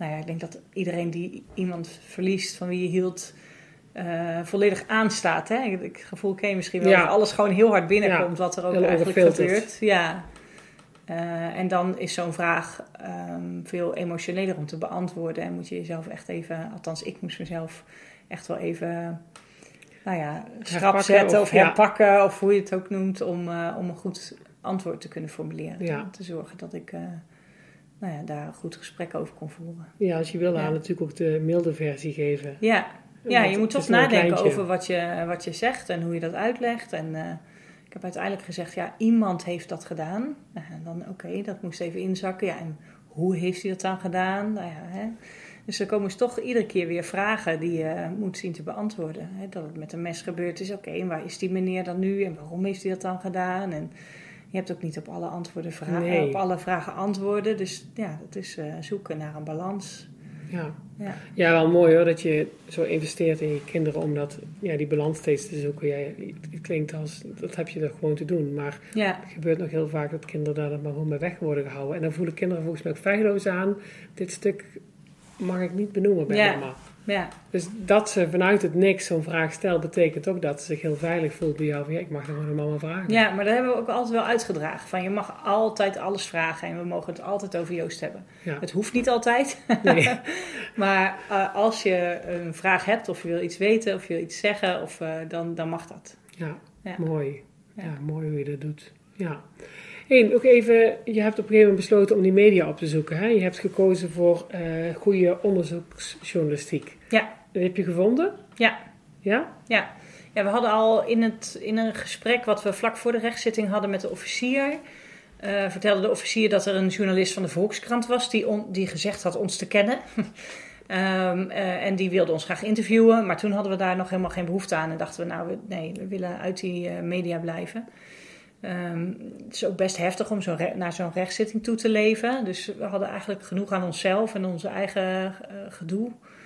B: nou ja, ik denk dat iedereen die iemand verliest van wie je hield, volledig aanstaat. Hè? Ik gevoel ken je misschien wel, dat alles gewoon heel hard binnenkomt, wat er ook eigenlijk gebeurt. Ja. En dan is zo'n vraag veel emotioneler om te beantwoorden. En moet je jezelf echt even, althans ik moest mezelf echt wel even schrap zetten of herpakken, of hoe je het ook noemt, om een goed antwoord te kunnen formuleren. Ja. Om te zorgen dat ik daar een goed gesprek over kon voeren.
A: Ja, als je wil haar natuurlijk ook de milde versie geven.
B: Ja, je moet toch nadenken over wat je zegt en hoe je dat uitlegt. En ik heb uiteindelijk gezegd, iemand heeft dat gedaan. En dan dat moest even inzakken. Ja, en hoe heeft hij dat dan gedaan? Nou ja, hè. Dus er komen dus toch iedere keer weer vragen die je moet zien te beantwoorden. Hè. Dat het met een mes gebeurd is, en waar is die meneer dan nu? En waarom heeft hij dat dan gedaan? En je hebt ook niet op alle op alle vragen antwoorden. Dus ja, dat is zoeken naar een balans.
A: Ja, wel mooi hoor, dat je zo investeert in je kinderen om die balans steeds te zoeken. Het klinkt als, dat heb je er gewoon te doen. Maar het gebeurt nog heel vaak dat kinderen daar maar gewoon mee weg worden gehouden. En dan voelen kinderen volgens mij ook feilloos aan. Dit stuk mag ik niet benoemen bij mama. Ja. Dus dat ze vanuit het niks zo'n vraag stelt, betekent ook dat ze zich heel veilig voelt bij jou. Van ik mag er gewoon aan mama vragen.
B: Ja, maar dat hebben we ook altijd wel uitgedragen. Van je mag altijd alles vragen en we mogen het altijd over Joost hebben. Ja. Het hoeft niet altijd. Nee. Maar als je een vraag hebt of je wil iets weten of je wil iets zeggen, dan mag dat.
A: Ja. Mooi. Ja, mooi hoe je dat doet. Ja. Ook even, je hebt op een gegeven moment besloten om die media op te zoeken. Hè? Je hebt gekozen voor goede onderzoeksjournalistiek. Ja. Dat heb je gevonden?
B: Ja.
A: Ja?
B: Ja. Ja, we hadden al in een gesprek wat we vlak voor de rechtszitting hadden met de officier, vertelde de officier dat er een journalist van de Volkskrant was die gezegd had ons te kennen. En die wilde ons graag interviewen, maar toen hadden we daar nog helemaal geen behoefte aan en dachten we, we willen uit die media blijven. Het is ook best heftig om naar zo'n rechtszitting toe te leven. Dus we hadden eigenlijk genoeg aan onszelf en onze eigen gedoe.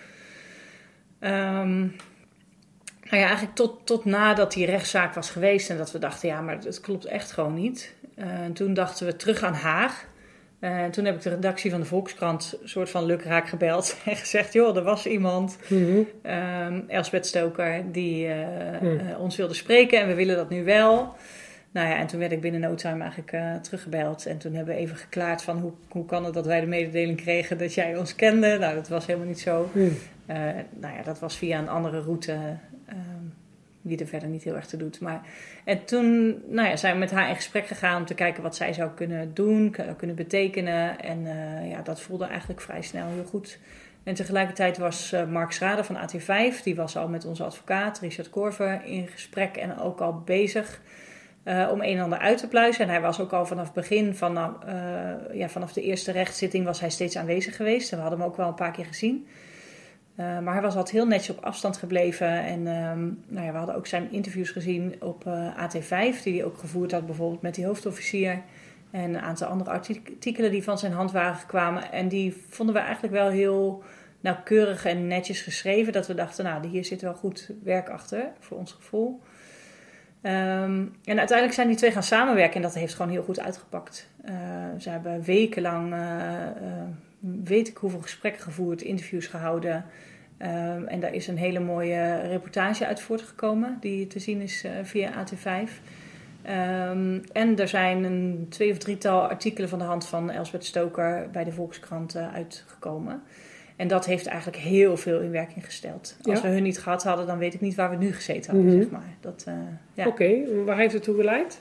B: Eigenlijk tot nadat die rechtszaak was geweest en dat we dachten, maar het klopt echt gewoon niet. En toen dachten we terug aan Haag. Toen heb ik de redactie van de Volkskrant soort van lukraak gebeld en gezegd, er was iemand, Elsbeth Stoker, die ons wilde spreken en we willen dat nu wel. Nou ja, en toen werd ik binnen no time eigenlijk teruggebeld. En toen hebben we even geklaard van hoe kan het dat wij de mededeling kregen dat jij ons kende. Nou, dat was helemaal niet zo. Dat was via een andere route die er verder niet heel erg te doet. En toen zijn we met haar in gesprek gegaan om te kijken wat zij zou kunnen doen, kunnen betekenen. En dat voelde eigenlijk vrij snel heel goed. En tegelijkertijd was Mark Schrader van AT5, die was al met onze advocaat Richard Korver in gesprek en ook al bezig om een en ander uit te pluizen. En hij was ook al vanaf het begin, vanaf de eerste rechtszitting was hij steeds aanwezig geweest. En we hadden hem ook wel een paar keer gezien. Maar hij was altijd heel netjes op afstand gebleven. En we hadden ook zijn interviews gezien op AT5, die hij ook gevoerd had bijvoorbeeld met die hoofdofficier. En een aantal andere artikelen die van zijn hand waren gekomen. En die vonden we eigenlijk wel heel nauwkeurig en netjes geschreven. Dat we dachten, hier zit wel goed werk achter, voor ons gevoel. En uiteindelijk zijn die twee gaan samenwerken en dat heeft gewoon heel goed uitgepakt. Ze hebben wekenlang, weet ik hoeveel gesprekken gevoerd, interviews gehouden. En daar is een hele mooie reportage uit voortgekomen, die te zien is via AT5. En er zijn een 2 of 3-tal artikelen van de hand van Elsbeth Stoker bij de Volkskrant uitgekomen. En dat heeft eigenlijk heel veel in werking gesteld. Als we hun niet gehad hadden, dan weet ik niet waar we nu gezeten hadden, zeg maar.
A: Oké, waar heeft het toe geleid?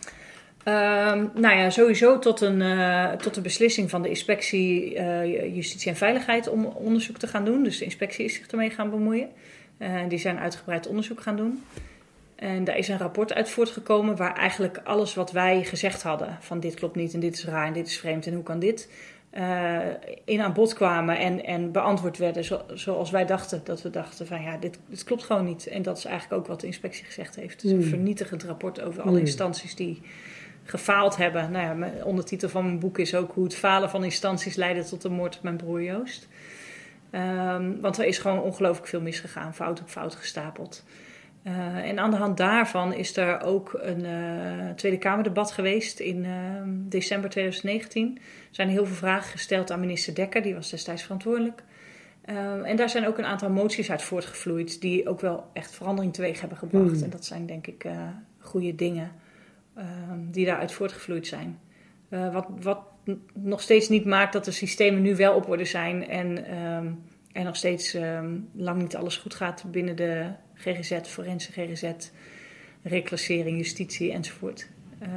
B: Sowieso tot de beslissing van de inspectie Justitie en Veiligheid om onderzoek te gaan doen. Dus de inspectie is zich ermee gaan bemoeien. Die zijn uitgebreid onderzoek gaan doen. En daar is een rapport uit voortgekomen waar eigenlijk alles wat wij gezegd hadden, van dit klopt niet en dit is raar en dit is vreemd en hoe kan dit, in aan bod kwamen en beantwoord werden zoals wij dachten. Dat we dachten van dit klopt gewoon niet. En dat is eigenlijk ook wat de inspectie gezegd heeft. Dus een vernietigend rapport over alle instanties die gefaald hebben. Ondertitel van mijn boek is ook hoe het falen van instanties leidde tot de moord op mijn broer Joost. Want er is gewoon ongelooflijk veel misgegaan, fout op fout gestapeld. En aan de hand daarvan is er ook een Tweede Kamerdebat geweest in december 2019. Er zijn heel veel vragen gesteld aan minister Dekker, die was destijds verantwoordelijk. En daar zijn ook een aantal moties uit voortgevloeid die ook wel echt verandering teweeg hebben gebracht. En dat zijn denk ik goede dingen die daaruit voortgevloeid zijn. Wat nog steeds niet maakt dat de systemen nu wel op orde zijn en nog steeds lang niet alles goed gaat binnen de GGZ, forense GGZ, reclassering, justitie enzovoort.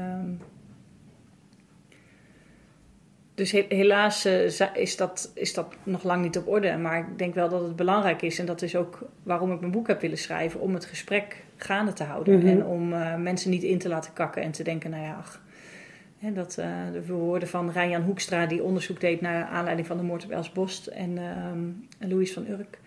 B: Dus helaas is dat nog lang niet op orde. Maar ik denk wel dat het belangrijk is. En dat is ook waarom ik mijn boek heb willen schrijven. Om het gesprek gaande te houden. En om mensen niet in te laten kakken. En te denken, nou ja, ach. Hè, de woorden van Ryan Hoekstra, die onderzoek deed naar aanleiding van de moord op Els Bost. En Louis van Urk.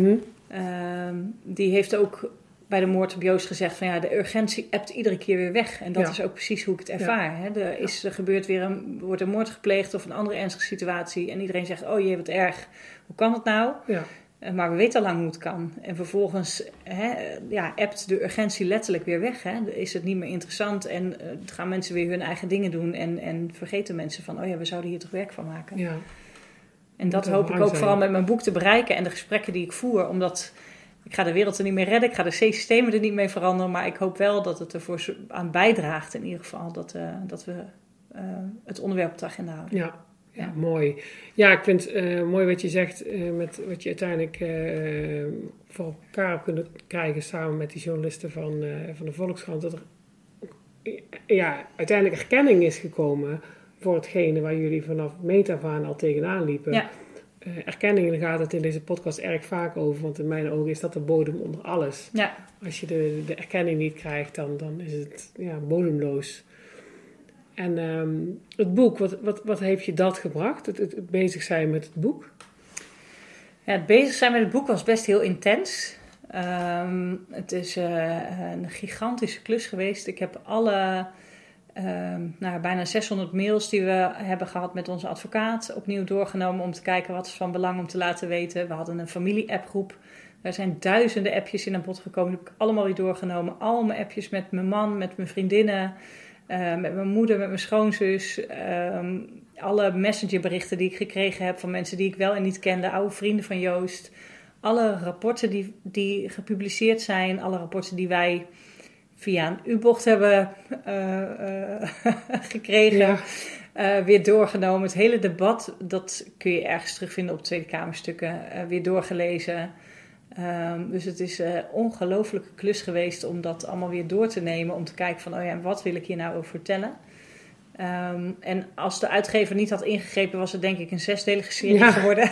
B: Die heeft ook bij de moord op Joost gezegd van ja, de urgentie ebt iedere keer weer weg. En dat is ook precies hoe ik het ervaar. Ja. Hè. Wordt een moord gepleegd of een andere ernstige situatie. En iedereen zegt, oh jee, wat erg. Hoe kan het nou? Ja. Maar we weten al lang hoe het kan. En vervolgens ebt de urgentie letterlijk weer weg. Hè. Is het niet meer interessant en gaan mensen weer hun eigen dingen doen. En vergeten mensen van, oh ja, we zouden hier toch werk van maken. Ja. En dat hoop ik ook vooral met mijn boek te bereiken. En de gesprekken die ik voer. Omdat ik ga de wereld er niet mee redden. Ik ga de systemen er niet mee veranderen. Maar ik hoop wel dat het ervoor aan bijdraagt in ieder geval. Dat we het onderwerp op de agenda houden.
A: Ja, mooi. Ja, ik vind het mooi wat je zegt met wat je uiteindelijk voor elkaar hebt kunnen krijgen samen met die journalisten van de Volkskrant. Dat er uiteindelijk erkenning is gekomen voor hetgene waar jullie vanaf meet af aan al tegenaan liepen. Ja. Erkenning, daar gaat het in deze podcast erg vaak over, want in mijn ogen is dat de bodem onder alles. Ja. Als je de erkenning niet krijgt, dan is het bodemloos. En het boek, wat heeft je dat gebracht? Het bezig zijn met het boek?
B: Ja, het bezig zijn met het boek was best heel intens. Het is een gigantische klus geweest. Ik heb alle bijna 600 mails die we hebben gehad met onze advocaat opnieuw doorgenomen om te kijken wat is van belang om te laten weten. We hadden een familie-appgroep. Er zijn duizenden appjes in aan bod gekomen. Die heb ik allemaal weer doorgenomen. Al mijn appjes met mijn man, met mijn vriendinnen, met mijn moeder, met mijn schoonzus. Alle messengerberichten die ik gekregen heb van mensen die ik wel en niet kende. Oude vrienden van Joost. Alle rapporten die gepubliceerd zijn. Alle rapporten die wij via een U-bocht hebben gekregen. Ja. Weer doorgenomen. Het hele debat, dat kun je ergens terugvinden op Tweede Kamerstukken. Weer doorgelezen. Dus het is een ongelofelijke klus geweest om dat allemaal weer door te nemen. Om te kijken van, wat wil ik hier nou over vertellen? En als de uitgever niet had ingegrepen, was het denk ik een 6-delige serie geworden.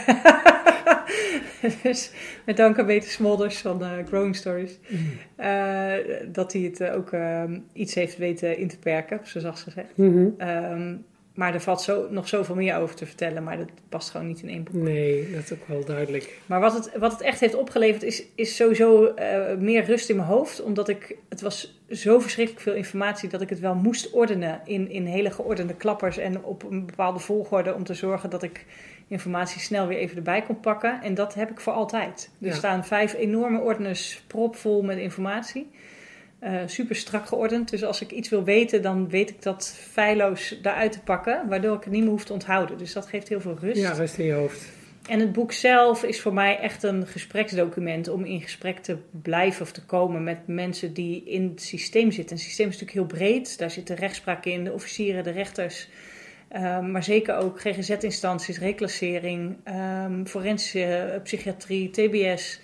B: Dus met dank aan Peter Smolders van Growing Stories. Dat hij het ook iets heeft weten in te perken, zo zacht gezegd. Maar er valt nog zoveel meer over te vertellen, maar dat past gewoon niet in één boek.
A: Nee, dat is ook wel duidelijk.
B: Maar wat het echt heeft opgeleverd is sowieso meer rust in mijn hoofd. Omdat het was zo verschrikkelijk veel informatie dat ik het wel moest ordenen in hele geordende klappers. En op een bepaalde volgorde om te zorgen dat ik informatie snel weer even erbij kon pakken. En dat heb ik voor altijd. Er staan 5 enorme ordners propvol met informatie. Super strak geordend. Dus als ik iets wil weten, dan weet ik dat feilloos daaruit te pakken. Waardoor ik het niet meer hoef te onthouden. Dus dat geeft heel veel rust.
A: Ja, rust in je hoofd.
B: En het boek zelf is voor mij echt een gespreksdocument. Om in gesprek te blijven of te komen met mensen die in het systeem zitten. Het systeem is natuurlijk heel breed. Daar zit de rechtspraak in, de officieren, de rechters. Maar zeker ook GGZ-instanties, reclassering, forensische psychiatrie, TBS.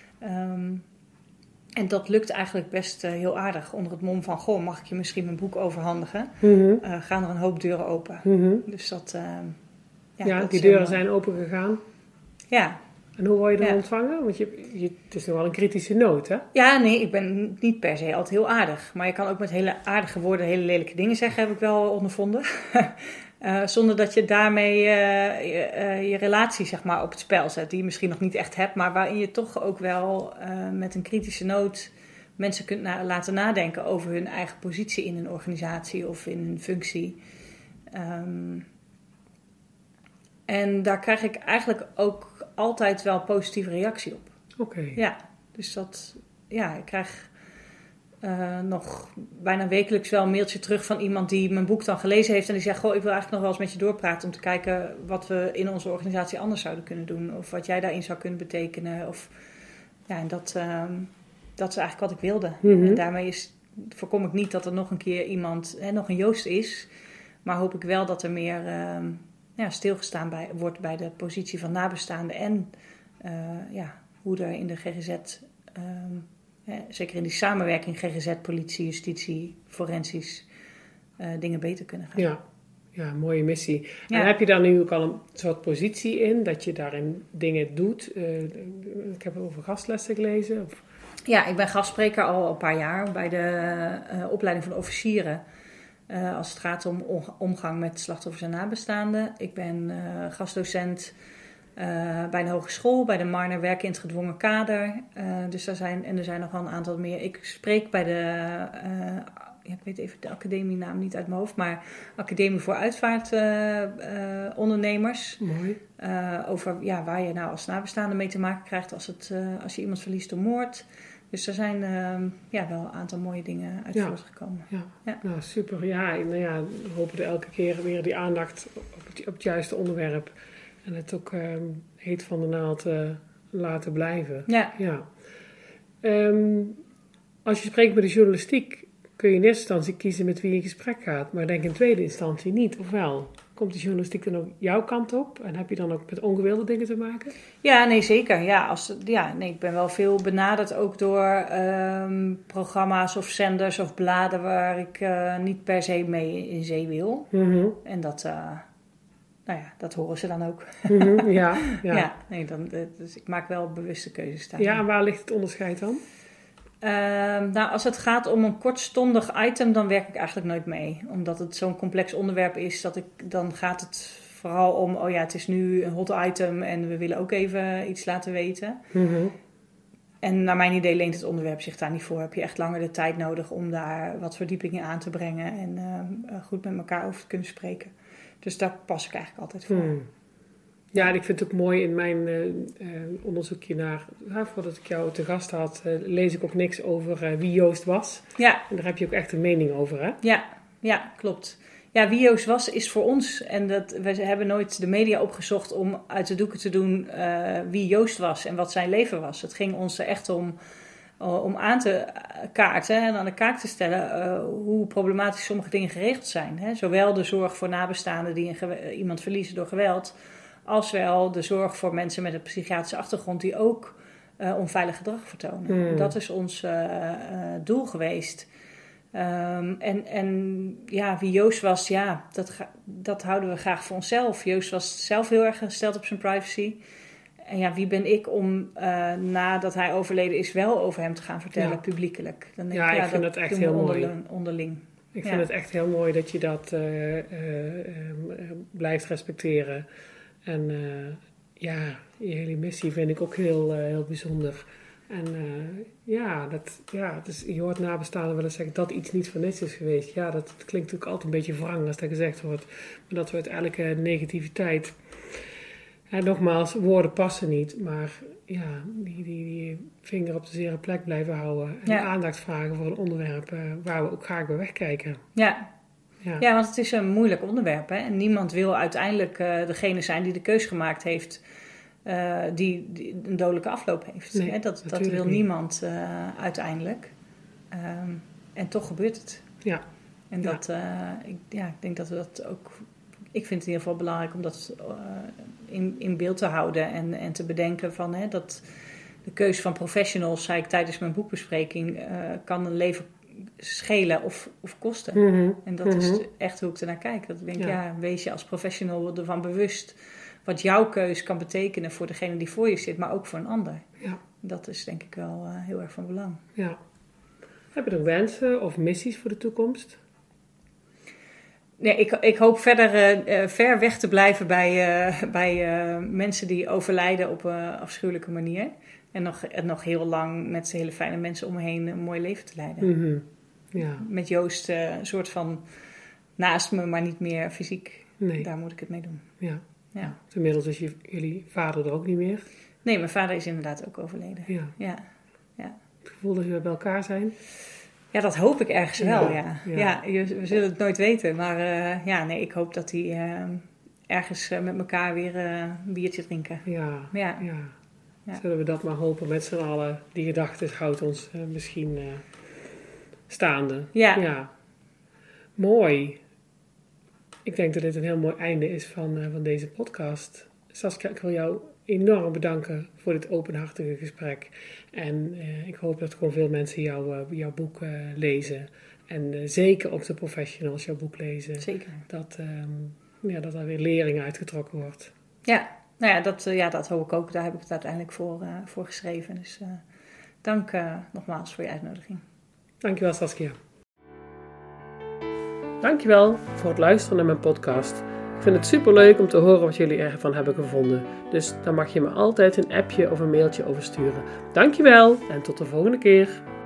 B: En dat lukt eigenlijk best heel aardig. Onder het mom van, goh, mag ik je misschien mijn boek overhandigen? Gaan er een hoop deuren open. Dus dat... dat
A: die deuren zijn open gegaan.
B: Ja.
A: En hoe word je dan ontvangen? Want het is nog wel een kritische noot, hè?
B: Ja, nee, ik ben niet per se altijd heel aardig. Maar je kan ook met hele aardige woorden hele lelijke dingen zeggen, heb ik wel ondervonden. Zonder dat je daarmee je relatie zeg maar, op het spel zet. Die je misschien nog niet echt hebt, maar waarin je toch ook wel met een kritische noot mensen kunt laten nadenken over hun eigen positie in een organisatie of in een functie. En daar krijg ik eigenlijk ook altijd wel positieve reactie op.
A: Oké.
B: Ja, dus ik krijg nog bijna wekelijks wel een mailtje terug van iemand die mijn boek dan gelezen heeft. En die zegt, goh, ik wil eigenlijk nog wel eens met je doorpraten om te kijken wat we in onze organisatie anders zouden kunnen doen. Of wat jij daarin zou kunnen betekenen. En dat is eigenlijk wat ik wilde.
A: Mm-hmm.
B: En daarmee voorkom ik niet dat er nog een keer iemand, nog een Joost is. Maar hoop ik wel dat er meer stilgestaan wordt bij de positie van nabestaanden. En hoe er in de GGZ... zeker in die samenwerking GGZ, politie, justitie, forensisch dingen beter kunnen gaan.
A: Ja, mooie missie.
B: Ja.
A: En heb je daar nu ook al een soort positie in, dat je daarin dingen doet? Ik heb over gastlessen gelezen. Of...
B: Ja, ik ben gastspreker al een paar jaar bij de opleiding van officieren. Als het gaat om omgang met slachtoffers en nabestaanden. Ik ben gastdocent bij een hogeschool, bij de Marner werken in het gedwongen kader. Dus er zijn nog wel een aantal meer. Ik spreek bij de, ik weet even de academienaam niet uit mijn hoofd, maar Academie voor Uitvaartondernemers.
A: Mooi.
B: Over waar je nou als nabestaande mee te maken krijgt als je iemand verliest door moord. Dus er zijn wel een aantal mooie dingen uit voortgekomen.
A: Ja. Nou, super. Ja, we hopen er elke keer weer die aandacht op het juiste onderwerp. En het ook heet van de naald laten blijven.
B: Ja.
A: Als je spreekt met de journalistiek, kun je in eerste instantie kiezen met wie je in gesprek gaat. Maar denk in tweede instantie niet, of wel? Komt de journalistiek dan ook jouw kant op? En heb je dan ook met ongewilde dingen te maken?
B: Ja, nee, zeker. Ik ben wel veel benaderd ook door programma's of zenders of bladen waar ik niet per se mee in zee wil.
A: Mm-hmm.
B: En dat horen ze dan ook.
A: Mm-hmm, ja.
B: Dus ik maak wel bewuste keuzes daar.
A: Ja, en waar ligt het onderscheid dan?
B: Als het gaat om een kortstondig item, dan werk ik eigenlijk nooit mee. Omdat het zo'n complex onderwerp is, dan gaat het vooral om, het is nu een hot item en we willen ook even iets laten weten.
A: Mm-hmm.
B: En naar mijn idee leent het onderwerp zich daar niet voor. Heb je echt langer de tijd nodig om daar wat verdiepingen aan te brengen en goed met elkaar over te kunnen spreken. Dus daar pas ik eigenlijk altijd voor.
A: Ja, en ik vind het ook mooi in mijn onderzoekje naar, voordat ik jou te gast had, lees ik ook niks over wie Joost was.
B: Ja.
A: En daar heb je ook echt een mening over, hè?
B: Ja, klopt. Ja, wie Joost was is voor ons, en we hebben nooit de media opgezocht om uit de doeken te doen wie Joost was en wat zijn leven was. Het ging ons er echt om aan te kaarten en aan de kaak te stellen hoe problematisch sommige dingen geregeld zijn. Hè? Zowel de zorg voor nabestaanden die iemand verliezen door geweld, als wel de zorg voor mensen met een psychiatrische achtergrond die ook onveilig gedrag vertonen. Dat is ons doel geweest. Wie Joost was, dat houden we graag voor onszelf. Joost was zelf heel erg gesteld op zijn privacy. En wie ben ik om nadat hij overleden is wel over hem te gaan vertellen publiekelijk. Dan denk
A: ik vind het echt heel mooi.
B: Onderling.
A: Ik vind het echt heel mooi dat je dat blijft respecteren. En je hele missie vind ik ook heel bijzonder. En je hoort nabestaanden wel eens zeggen dat iets niet voor niets is geweest. Ja, dat klinkt natuurlijk altijd een beetje wrang als dat gezegd wordt. Maar dat we uit elke negativiteit... En nogmaals, woorden passen niet, maar die vinger op de zere plek blijven houden. En aandacht vragen voor een onderwerp waar we ook graag bij wegkijken.
B: Ja, want het is een moeilijk onderwerp. Hè? En niemand wil uiteindelijk degene zijn die de keus gemaakt heeft, die een dodelijke afloop heeft.
A: Nee,
B: hè? Dat wil niemand uiteindelijk. En toch gebeurt het.
A: Ja.
B: En ik denk dat we dat ook... Ik vind het in ieder geval belangrijk om dat in beeld te houden en te bedenken van dat de keuze van professionals, zei ik tijdens mijn boekbespreking, kan een leven schelen of kosten.
A: Mm-hmm.
B: En dat is echt hoe ik ernaar kijk. Dat ik denk, wees je als professional ervan bewust wat jouw keus kan betekenen voor degene die voor je zit, maar ook voor een ander. Ja. Dat is denk ik wel heel erg van belang.
A: Ja. Heb je er wensen of missies voor de toekomst?
B: Nee, ik hoop verder ver weg te blijven bij mensen die overlijden op een afschuwelijke manier. En nog heel lang met hele fijne mensen om me heen een mooi leven te leiden.
A: Mm-hmm. Ja.
B: Met Joost een soort van naast me, maar niet meer fysiek. Nee. Daar moet ik het mee doen.
A: Ja. Inmiddels is jullie vader er ook niet meer?
B: Nee, mijn vader is inderdaad ook overleden.
A: Ja. Het gevoel dat jullie bij elkaar zijn?
B: Ja, dat hoop ik ergens wel, ja.
A: Ja.
B: We zullen het nooit weten. Maar ik hoop dat die ergens met elkaar weer een biertje drinken.
A: Ja. Zullen we dat maar hopen met z'n allen. Die gedachte houdt ons misschien staande. Ja. Mooi. Ik denk dat dit een heel mooi einde is van deze podcast. Saskia, ik wil jou enorm bedanken voor dit openhartige gesprek. En ik hoop dat gewoon veel mensen jouw boek lezen. En zeker ook de professionals jouw boek lezen.
B: Zeker.
A: Dat er weer lering uitgetrokken wordt.
B: Ja, dat hoop ik ook. Daar heb ik het uiteindelijk voor geschreven. Dus dank nogmaals voor je uitnodiging.
A: Dankjewel, Saskia. Dankjewel voor het luisteren naar mijn podcast. Ik vind het superleuk om te horen wat jullie ervan hebben gevonden. Dus dan mag je me altijd een appje of een mailtje over sturen. Dankjewel en tot de volgende keer.